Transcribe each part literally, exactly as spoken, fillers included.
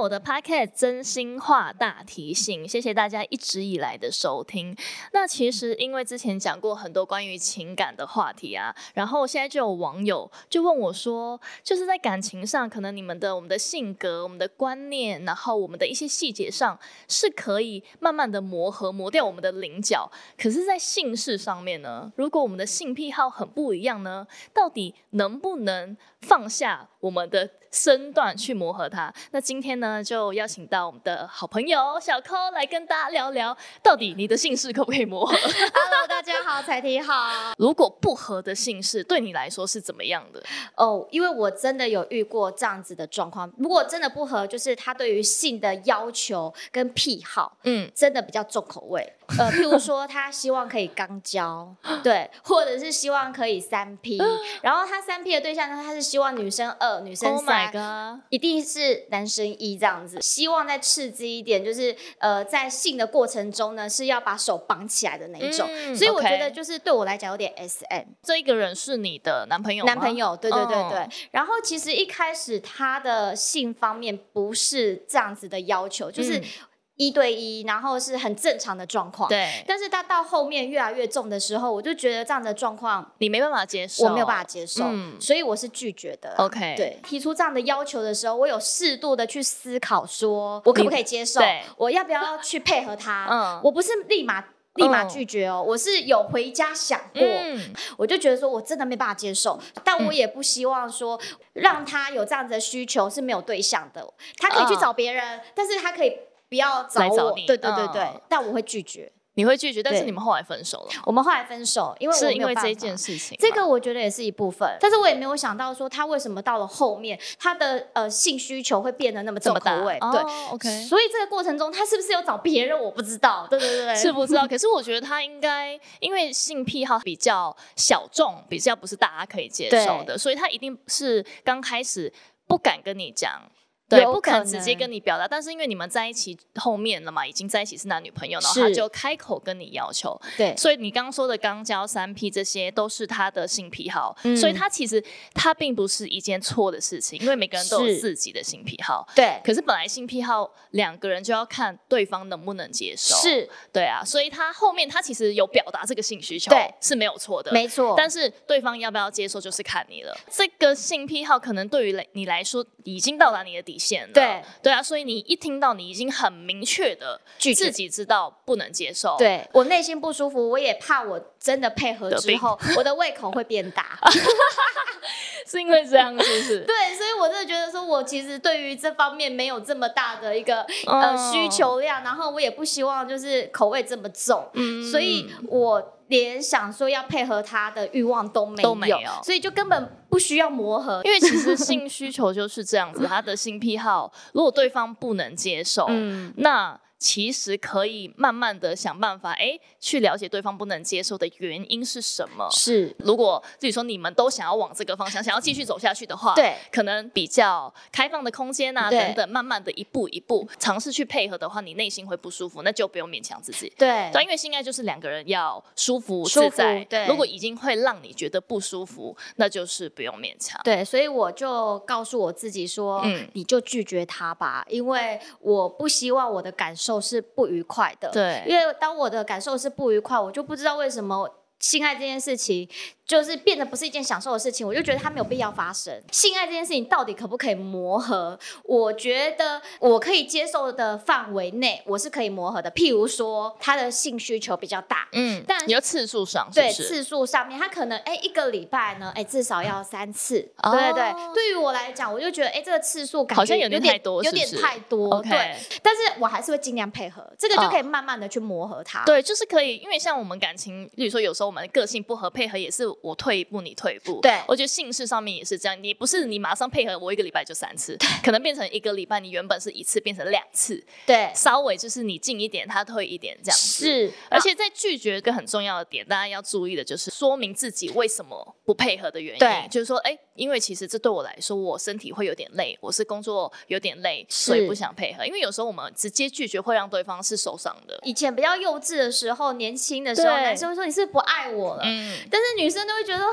我的 podcast 真心话大提醒，谢谢大家一直以来的收听。那其实因为之前讲过很多关于情感的话题啊，然后现在就有网友就问我说，就是在感情上，可能你们的我们的性格、我们的观念，然后我们的一些细节上是可以慢慢的磨合，磨掉我们的棱角。可是在性事上面呢，如果我们的性癖好很不一样呢，到底能不能放下我们的身段去磨合它？那今天呢，就邀请到我们的好朋友小抠来跟大家聊聊，到底你的性事可不可以磨合 ？Hello， 大家好，彩婷好。 如果不合的性事对你来说是怎么样的？ 哦，因为我真的有遇过这样子的状况。如果真的不合，就是他对于性的要求跟癖好，嗯，真的比较重口味。呃，譬如说他希望可以肛交，对，或者是希望可以三 P， 然后他三 P 的对象呢，他是希望女生二、女生三， Oh my god， 一定是男生一这样子。希望再刺激一点，就是呃，在性的过程中呢，是要把手绑起来的那一种。嗯、所以我觉得就是对我来讲有点 S M。 这一个人是你的男朋友吗？ 男朋友，对对对对。哦、然后其实一开始他的性方面不是这样子的要求，就是。嗯一对一，然后是很正常的状况。 对， 但是他到后面越来越重的时候，我就觉得这样的状况你没办法接受， 我没有办法接受，嗯、所以我是拒绝的。 OK， 对，提出这样的要求的时候，我有适度的去思考，说我可不可以接受？我要不要去配合他？嗯，我不是立马。立马拒绝哦，嗯、我是有回家想过，嗯、我就觉得说我真的没办法接受，但我也不希望说让他有这样子的需求是没有对象的，他可以去找别人，嗯、但是他可以不要找我， 找你对对对对，嗯、但我会拒绝。 你会拒绝，但是你们后来分手了。 我们后来分手，因为我没有办法。 是因为这件事情， 这个我觉得也是一部分，但是我也没有想到说他为什么到了后面，他的呃性需求会变得那么重口味。对、 哦、，OK。 所以这个过程中，他是不是有找别人，我不知道。对对对对， 是不知道。可是我觉得他应该，因为性癖好比较小众，比较不是大家可以接受的，所以他一定是刚开始不敢跟你讲。对，不敢直接跟你表达，但是因为你们在一起后面了嘛，已经在一起是男女朋友，然后他就开口跟你要求。 对， 所以你刚刚说的肛交、三 P 这些都是他的性癖好，嗯、所以他其实他并不是一件错的事情，因为每个人都有自己的性癖好。 对， 可是本来性癖好两个人就要看对方能不能接受。 是， 对啊，所以他后面他其实有表达这个性需求， 对， 是没有错的， 没错。 但是对方要不要接受就是看你了。这个性癖好可能对于你来说已经到达你的底线了。 对。 对啊，所以你一听到你已经很明确的自己知道不能接受， 对，我内心不舒服，我也怕我真的配合之后，我的胃口会变大， 是因为这样是不是？ 对，所以我真的觉得说，我其实对于这方面没有这么大的一个、哦、呃需求量，然后我也不希望就是口味这么重，嗯，所以我。连想说要配合他的欲望都没有， 都没有， 所以就根本不需要磨合。 因为其实性需求就是这样子，他的性癖好，如果对方不能接受，嗯，那其实可以慢慢的想办法，哎，去了解对方不能接受的原因是什么。 是， 如果自己说你们都想要往这个方向，想要继续走下去的话， 对， 可能比较开放的空间啊等等，慢慢的一步一步尝试去配合的话，你内心会不舒服，那就不用勉强自己。 对， 对，因为性爱就是两个人要舒服自在。 对， 如果已经会让你觉得不舒服，那就是不用勉强。 对，所以我就告诉我自己说，嗯，你就拒绝他吧，因为我不希望我的感受是不愉快的。 对， 因为当我的感受是不愉快，我就不知道为什么性爱这件事情就是变得不是一件享受的事情，我就觉得它没有必要发生。性爱这件事情到底可不可以磨合？我觉得我可以接受的范围内，我是可以磨合的。譬如说，他的性需求比较大， 嗯，但你要次数上是不是， 对，次数上面，他可能哎一个礼拜呢，哎至少要三次，哦、对对对。对于我来讲，我就觉得哎这个次数感觉好像有点太多， 有点太多， okay. 对。但是我还是会尽量配合，这个就可以慢慢的去磨合它。 哦、对，就是可以，因为像我们感情，例如说有时候我们个性不合，配合也是我退一步你退一步。 对， 我觉得性事上面也是这样，你不是你马上配合我一个礼拜就三次，可能变成一个礼拜你原本是一次变成两次。 对， 稍微就是你进一点，他退一点这样子。 是， 而且在拒绝一个很重要的点，大家要注意的就是说明自己为什么不配合的原因。 对， 就是说，哎，因为其实这对我来说，我身体会有点累，我是工作有点累，所以不想配合。因为有时候我们直接拒绝会让对方是受伤的。 以前比较幼稚的时候，年轻的时候，男生会说你是不是不爱我了？嗯，但是女生都会觉得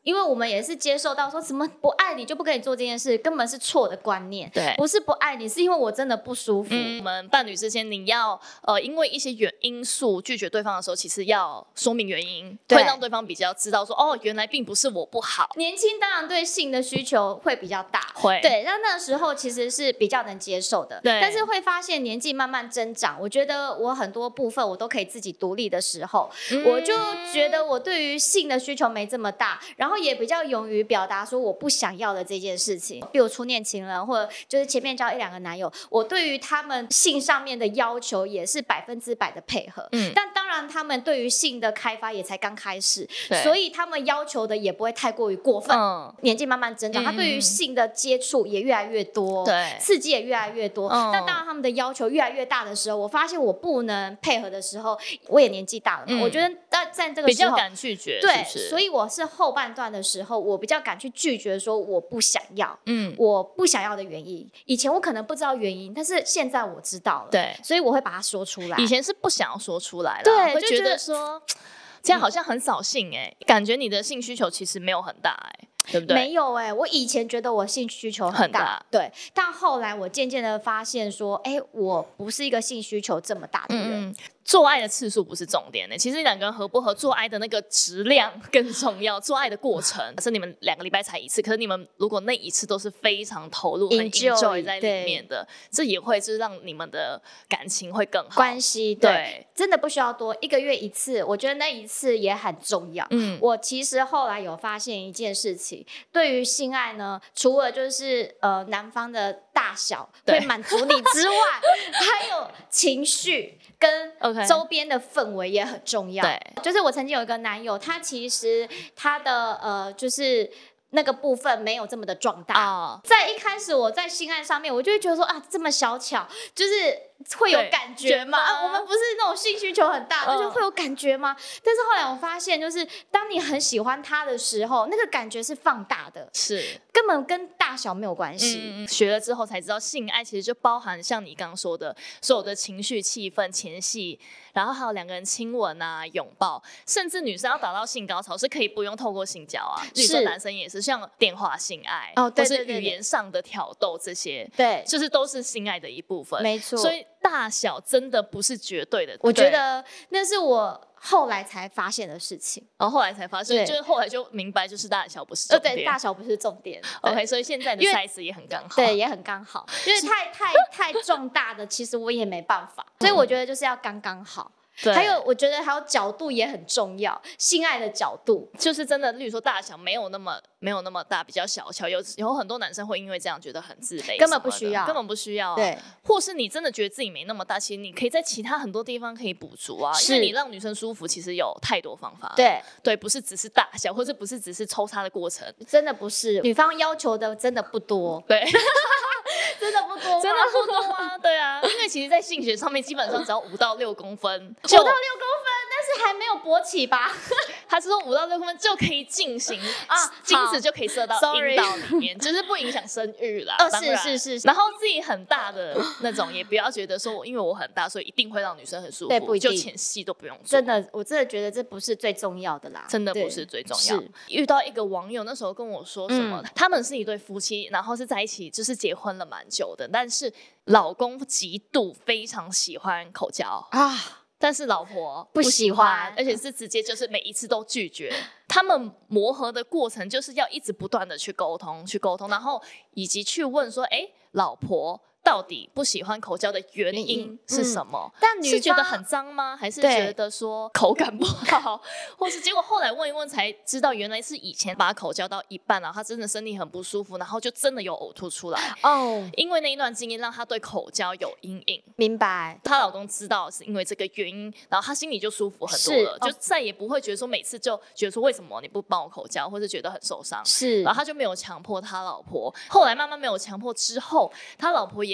因为我们也是接受到说什么不爱你就不跟你做这件事，根本是错的观念。 对， 不是不爱你，是因为我真的不舒服。 嗯、我们伴侣之间，你要呃因为一些原因素拒绝对方的时候，其实要说明原因，会让对方比较知道说，哦，原来并不是我不好。 年轻当然对性的需求会比较大， 会对，那那个时候其实是比较能接受的。 对， 但是会发现年纪慢慢增长，我觉得我很多部分我都可以自己独立的时候，嗯、我就觉得我对于性的需求没这么大，然后也比较勇于表达说我不想要的这件事情。比如初恋情人，或者就是前面交一两个男友，我对于他们性上面的要求也是百分之百的配合。嗯，但当然他们对于性的开发也才刚开始，所以他们要求的也不会太过于过分。嗯、年纪慢慢增长，嗯、他对于性的接触也越来越多，对，刺激也越来越多。嗯、但当然他们的要求越来越大的时候，我发现我不能配合的时候，我也年纪大了嘛，嗯、我觉得在在这个时候比较敢拒绝， 对， 是是， 所以我是后半段的时候，我比较敢去拒绝说我不想要，嗯，我不想要的原因。以前我可能不知道原因，但是现在我知道了，对，所以我会把它说出来。 以前是不想要说出来啦， 对， 会觉得说这样好像很扫兴哎、欸，嗯、感觉你的性需求其实没有很大哎、欸。对不对？ 没有哎、欸，我以前觉得我性需求很大，很大对，但后来我渐渐的发现说，哎、欸，我不是一个性需求这么大的人。嗯， 做爱的次数不是重点的、欸，其实两个人合不合，做爱的那个质量更重要。做爱的过程是你们两个礼拜才一次，可是你们如果那一次都是非常投入、很 enjoy 在里面的，这也会就是让你们的感情会更好， 关系 对, 对，真的不需要多，一个月一次，我觉得那一次也很重要。嗯，我其实后来有发现一件事情。对于性爱呢，除了就是呃男方的大小会满足你之外，还有情绪跟周边的氛围也很重要。对，就是我曾经有一个男友，他其实他的呃就是那个部分没有这么的壮大。哦、在一开始我在性爱上面，我就会觉得说啊，这么小巧，就是会有感觉吗？啊、我们不是那种性需求很大，但是会有感觉吗？但是后来我发现，就是当你很喜欢他的时候，那个感觉是放大的， 是根本跟大小没有关系。 嗯、学了之后才知道，性爱其实就包含像你刚刚说的所有的情绪、气氛、前戏，然后还有两个人亲吻啊、拥抱，甚至女生要达到性高潮是可以不用透过性交啊，女生男生也是，像电话性爱，哦，对对对对，或是语言上的挑逗这些，对，就是都是性爱的一部分， 没错。 所以大小真的不是绝对的， 我觉得那是我后来才发现的事情。 然后后来才发现，就是后来就明白，就是大小不是重点， 对，大小不是重点。 OK， 所以现在的 size 也很刚好， 对，也很刚好。就是太太太壮大的，其实我也没办法。所以我觉得就是要刚刚好。还有，我觉得还有角度也很重要，性爱的角度就是真的，例如说大小没有那么没有那么大，比较小巧，有有很多男生会因为这样觉得很自卑， 根本不需要， 根本不需要、啊。 对， 或是你真的觉得自己没那么大，其实你可以在其他很多地方可以补足啊，因为你让女生舒服，其实有太多方法。 对对，不是只是大小，或者不是只是抽插的过程， 真的不是，女方要求的真的不多。 对。 真的不多， 真的不多啊！对啊，因为其实，在性学上面，基本上只要五到六公分， 五到六公分，但是还没有勃起吧？ 他是说五到六公分就可以进行啊，精子就可以射到阴道里面，就是不影响生育啦。 哦，是是是。 然后自己很大的那种，也不要觉得说我因为我很大，所以一定会让女生很舒服。 对，不一定， 就前戏都不用做。 真的，我真的觉得这不是最重要的啦， 真的不是最重要。遇到一个网友那时候跟我说什么，嗯、他们是一对夫妻，然后是在一起，就是结婚了蛮久的，但是老公极度非常喜欢口交啊。但是老婆不喜欢，而且是直接就是每一次都拒绝。他们磨合的过程就是要一直不断的去沟通，去沟通，然后以及去问说，哎，老婆到底不喜欢口交的原因是什么？嗯、但女是觉得很脏吗？还是觉得说口感不好？或是结果后来问一问才知道，原来是以前把口交到一半，然后她真的身体很不舒服，然后就真的有呕吐出来哦。因为那一段经验让她对口交有阴影。 明白。 她老公知道是因为这个原因，然后她心里就舒服很多了，就再也不会觉得说每次就觉得说为什么你不帮我口交，或是觉得很受伤。是。然后他就没有强迫他老婆。后来慢慢没有强迫之后，他老婆也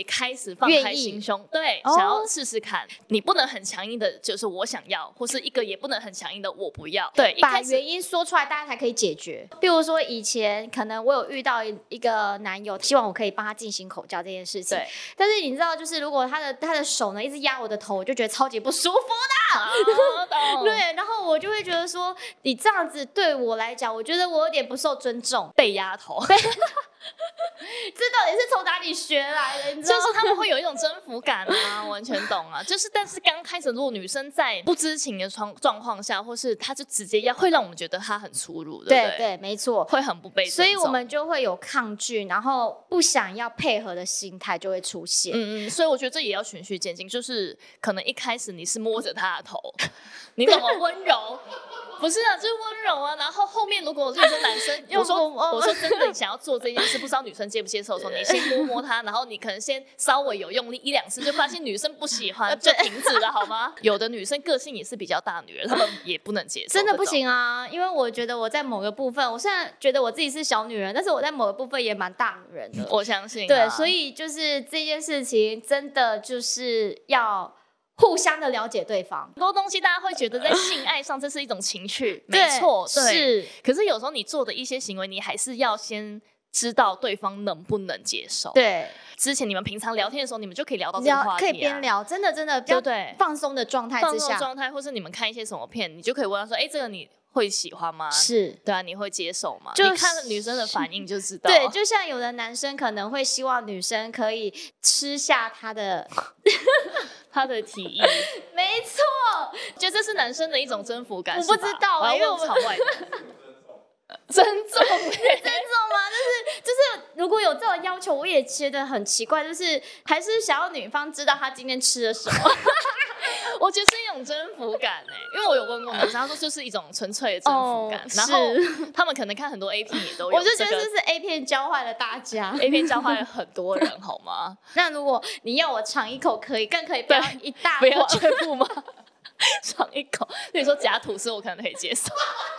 也开始放开心胸，对，哦、想要试试看。你不能很强硬的，就是我想要，或是一个也不能很强硬的我不要。对， 把原因说出来，大家才可以解决。比如说以前可能我有遇到一个男友，希望我可以帮他进行口交这件事情，对。但是你知道，就是如果他的他的手呢一直压我的头，我就觉得超级不舒服的。啊、对，然后我就会觉得说，你这样子对我来讲，我觉得我有点不受尊重， 被压头。 这到底是从哪里学来的？你知道就是他们会有一种征服感啊，完全懂啊。就是，但是刚开始，如果女生在不知情的状状况下，或是她就直接要，会让我们觉得她很粗鲁，对不对？ 对对，没错， 会很不被尊重， 所以我们就会有抗拒，然后不想要配合的心态就会出现。 嗯嗯，所以我觉得这也要循序渐进，就是可能一开始你是摸着她的头，你怎么温柔？不是啊，就是温柔啊。然后后面如果就是说男生，我说我说真的，你想要做这件事，不知道女生接不接受的时候，你先摸摸她，然后你可能先稍微有用力一两次，就发现女生不喜欢，就停止了好吗？有的女生个性也是比较大女人，她们也不能接受， 真的不行啊。因为我觉得我在某个部分，我虽然觉得我自己是小女人，但是我在某个部分也蛮大女人的。 我相信、啊， 对，所以就是这件事情真的就是要互相的了解对方。 很多东西大家会觉得在性爱上这是一种情趣，没错， 是。 可是有时候你做的一些行为，你还是要先知道对方能不能接受。 对， 之前你们平常聊天的时候，你们就可以聊到这个话题、啊， 可以边聊，真的真的，对对，放松的状态之下， 放松的状态，或是你们看一些什么片，你就可以问他说：“哎、欸，这个你会喜欢吗？” 是， 对啊，你会接受吗？就你看女生的反应就知道。 对，就像有的男生可能会希望女生可以吃下他的。 他的提议， 没错， 觉得这是男生的一种征服感。 我不知道、欸，因为我们场外尊重，尊重吗？ 就是就是，如果有这种要求，我也觉得很奇怪，就是还是想要女方知道他今天吃了什么。 我觉得是一种征服感哎、欸，因为我有问过女生，她说就是一种纯粹的征服感。哦、然后他们可能看很多 A 片也都有、這個， 我就觉得这是 A 片教坏了大家 ，A 片教坏了很多人，好吗？ 那如果你要我尝一口，可以，更可以不要一大不要全部吗？尝一口，比如说夹吐司，我可能可以接受。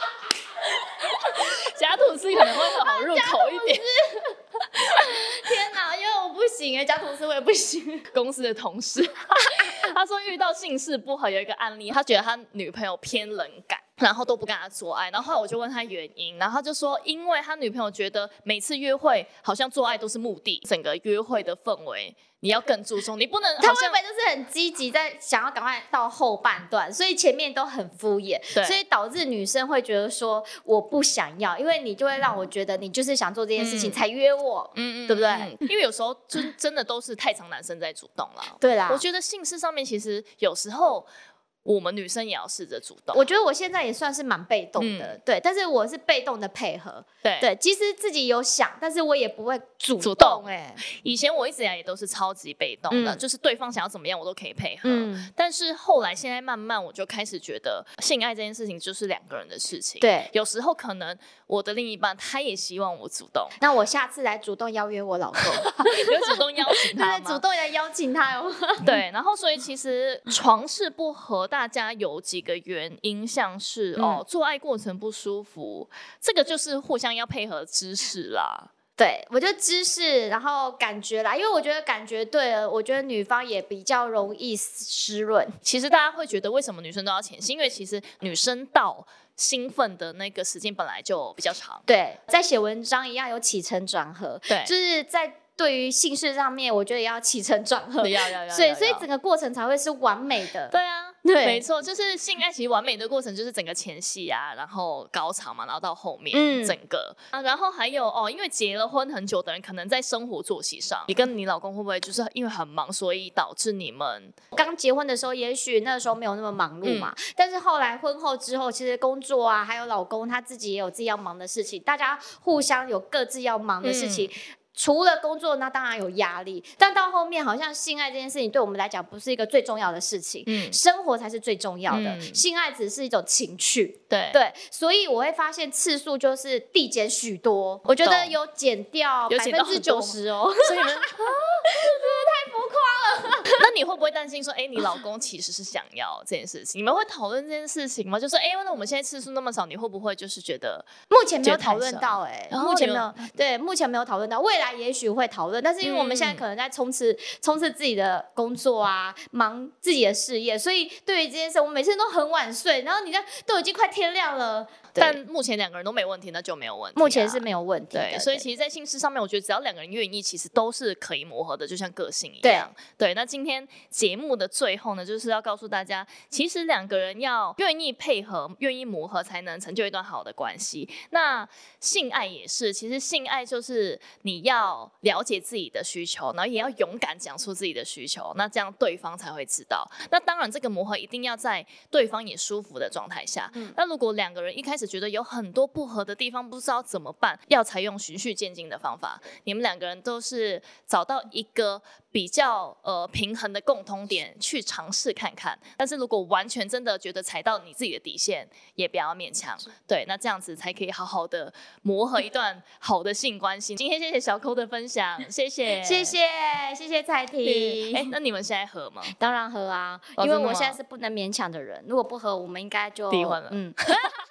夹吐司可能会好入口一点。 天哪，因为我不行哎，夹吐司我也不行。 公司的同事他说遇到性事不合，有一个案例，他觉得他女朋友偏冷感，然后都不跟他做爱，然后后来我就问他原因，然后他就说因为他女朋友觉得每次约会好像做爱都是目的，整个约会的氛围你要更注重，你不能好像他会不会就是很积极在想要赶快到后半段，所以前面都很敷衍，所以导致女生会觉得说我不想要，因为你就会让我觉得你就是想做这件事情才约我，嗯，对不对？ 嗯、因为有时候真真的都是太常男生在主动啦， 对啦， 我觉得性事上面其实有时候我们女生也要试着主动。 我觉得我现在也算是蛮被动的、嗯、对，但是我是被动的配合，对对，其实自己有想，但是我也不会主动哎、欸。 以前我一直以来也都是超级被动的、嗯、就是对方想要怎么样我都可以配合、嗯、但是后来现在慢慢我就开始觉得性爱这件事情就是两个人的事情， 对， 有时候可能我的另一半他也希望我主动， 那我下次来主动邀约我老公有主动邀请他吗？ 对，主动来邀请他哦对，然后所以其实床事不合大家有几个原因，像是、嗯、哦做爱过程不舒服，这个就是互相要配合知识啦。 对，我觉得知识，然后感觉啦，因为我觉得感觉对了，我觉得女方也比较容易湿润。 其实大家会觉得为什么女生都要前戏，因为其实女生到兴奋的那个时间本来就比较长。 对，在写文章一样有起承转合，对，就是在对于性事上面，我觉得也要起承转合， 要要要， 所以所以整个过程才会是完美的。 对啊。对，没错，就是性爱其实完美的过程就是整个前戏啊，然后高潮嘛，然后到后面、嗯、整个啊，然后还有哦，因为结了婚很久的人，可能在生活作息上，你跟你老公会不会就是因为很忙，所以导致你们刚结婚的时候，也许那个时候没有那么忙碌嘛、嗯，但是后来婚后之后，其实工作啊，还有老公他自己也有自己要忙的事情，大家互相有各自要忙的事情。嗯，除了工作，那当然有压力，但到后面好像性爱这件事情对我们来讲不是一个最重要的事情，嗯，生活才是最重要的、嗯、性爱只是一种情趣，对对，所以我会发现次数就是递减许多，我觉得有减掉百分之九十哦， 所以你们啊， 太浮夸了。 那你会不会担心说，哎、欸，你老公其实是想要这件事情？你们会讨论这件事情吗？就说，哎、欸，那我们现在次数那么少，你会不会就是觉得目前没有讨论到、欸？哎，目前没有，对，目前没有讨论到，未来也许会讨论，但是因为我们现在可能在冲刺冲刺自己的工作啊，忙自己的事业，所以对于这件事，我们每次都很晚睡，然后你看都已经快天亮了。 但目前两个人都没问题，那就没有问题、啊。 目前是没有问题的。 对，所以其实，在性事上面，我觉得只要两个人愿意，其实都是可以磨合的，就像个性一样。对。对，那今天节目的最后呢，就是要告诉大家，其实两个人要愿意配合、愿意磨合，才能成就一段好的关系。那性爱也是，其实性爱就是你要了解自己的需求，然后也要勇敢讲出自己的需求，那这样对方才会知道。那当然，这个磨合一定要在对方也舒服的状态下。嗯。那如果两个人一开始觉得有很多不合的地方，不知道怎么办，要采用循序渐进的方法。你们两个人都是找到一个比较呃平衡的共通点去尝试看看。但是如果完全真的觉得踩到你自己的底线，也不要勉强。对，那这样子才可以好好的磨合一段好的性关系。今天谢谢小抠的分享，谢谢， 谢谢，谢谢蔡婷。 哎，那你们现在合吗？ 当然合啊，因为我现在是不能勉强的人，如果不合，我们应该就离婚了。 嗯。